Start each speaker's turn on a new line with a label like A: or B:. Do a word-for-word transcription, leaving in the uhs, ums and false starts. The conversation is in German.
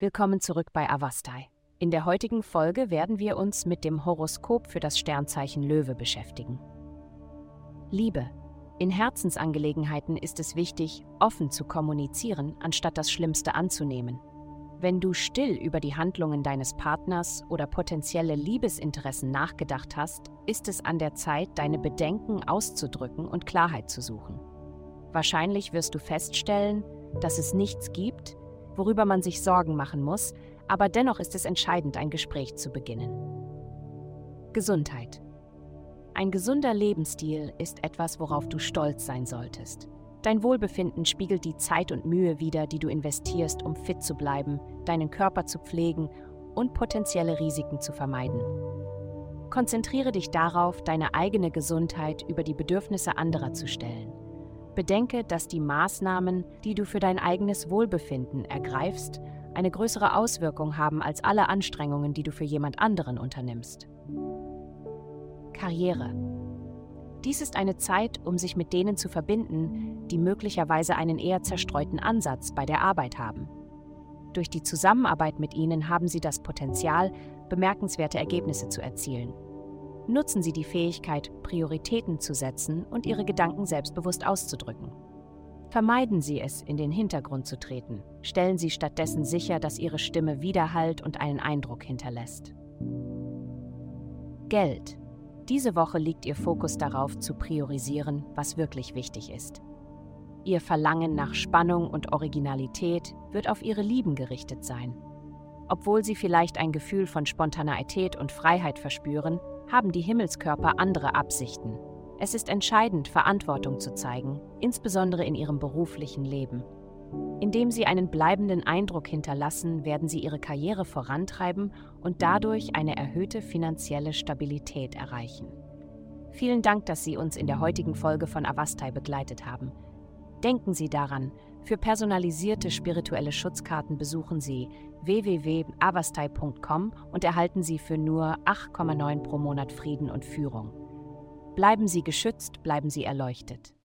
A: Willkommen zurück bei Avastai. In der heutigen Folge werden wir uns mit dem Horoskop für das Sternzeichen Löwe beschäftigen. Liebe. In Herzensangelegenheiten ist es wichtig, offen zu kommunizieren, anstatt das Schlimmste anzunehmen. Wenn du still über die Handlungen deines Partners oder potenzielle Liebesinteressen nachgedacht hast, ist es an der Zeit, deine Bedenken auszudrücken und Klarheit zu suchen. Wahrscheinlich wirst du feststellen, dass es nichts gibt, worüber man sich Sorgen machen muss, aber dennoch ist es entscheidend, ein Gespräch zu beginnen. Gesundheit. Ein gesunder Lebensstil ist etwas, worauf du stolz sein solltest. Dein Wohlbefinden spiegelt die Zeit und Mühe wider, die du investierst, um fit zu bleiben, deinen Körper zu pflegen und potenzielle Risiken zu vermeiden. Konzentriere dich darauf, deine eigene Gesundheit über die Bedürfnisse anderer zu stellen. Bedenke, dass die Maßnahmen, die du für dein eigenes Wohlbefinden ergreifst, eine größere Auswirkung haben als alle Anstrengungen, die du für jemand anderen unternimmst. Karriere. Dies ist eine Zeit, um sich mit denen zu verbinden, die möglicherweise einen eher zerstreuten Ansatz bei der Arbeit haben. Durch die Zusammenarbeit mit ihnen haben sie das Potenzial, bemerkenswerte Ergebnisse zu erzielen. Nutzen Sie die Fähigkeit, Prioritäten zu setzen und Ihre Gedanken selbstbewusst auszudrücken. Vermeiden Sie es, in den Hintergrund zu treten. Stellen Sie stattdessen sicher, dass Ihre Stimme widerhallt und einen Eindruck hinterlässt. Geld. Diese Woche liegt Ihr Fokus darauf, zu priorisieren, was wirklich wichtig ist. Ihr Verlangen nach Spannung und Originalität wird auf Ihre Lieben gerichtet sein. Obwohl Sie vielleicht ein Gefühl von Spontaneität und Freiheit verspüren, haben die Himmelskörper andere Absichten. Es ist entscheidend, Verantwortung zu zeigen, insbesondere in Ihrem beruflichen Leben. Indem Sie einen bleibenden Eindruck hinterlassen, werden Sie Ihre Karriere vorantreiben und dadurch eine erhöhte finanzielle Stabilität erreichen. Vielen Dank, dass Sie uns in der heutigen Folge von Avastai begleitet haben. Denken Sie daran, für personalisierte spirituelle Schutzkarten besuchen Sie w w w punkt avastai punkt com und erhalten Sie für nur acht Komma neun pro Monat Frieden und Führung. Bleiben Sie geschützt, bleiben Sie erleuchtet.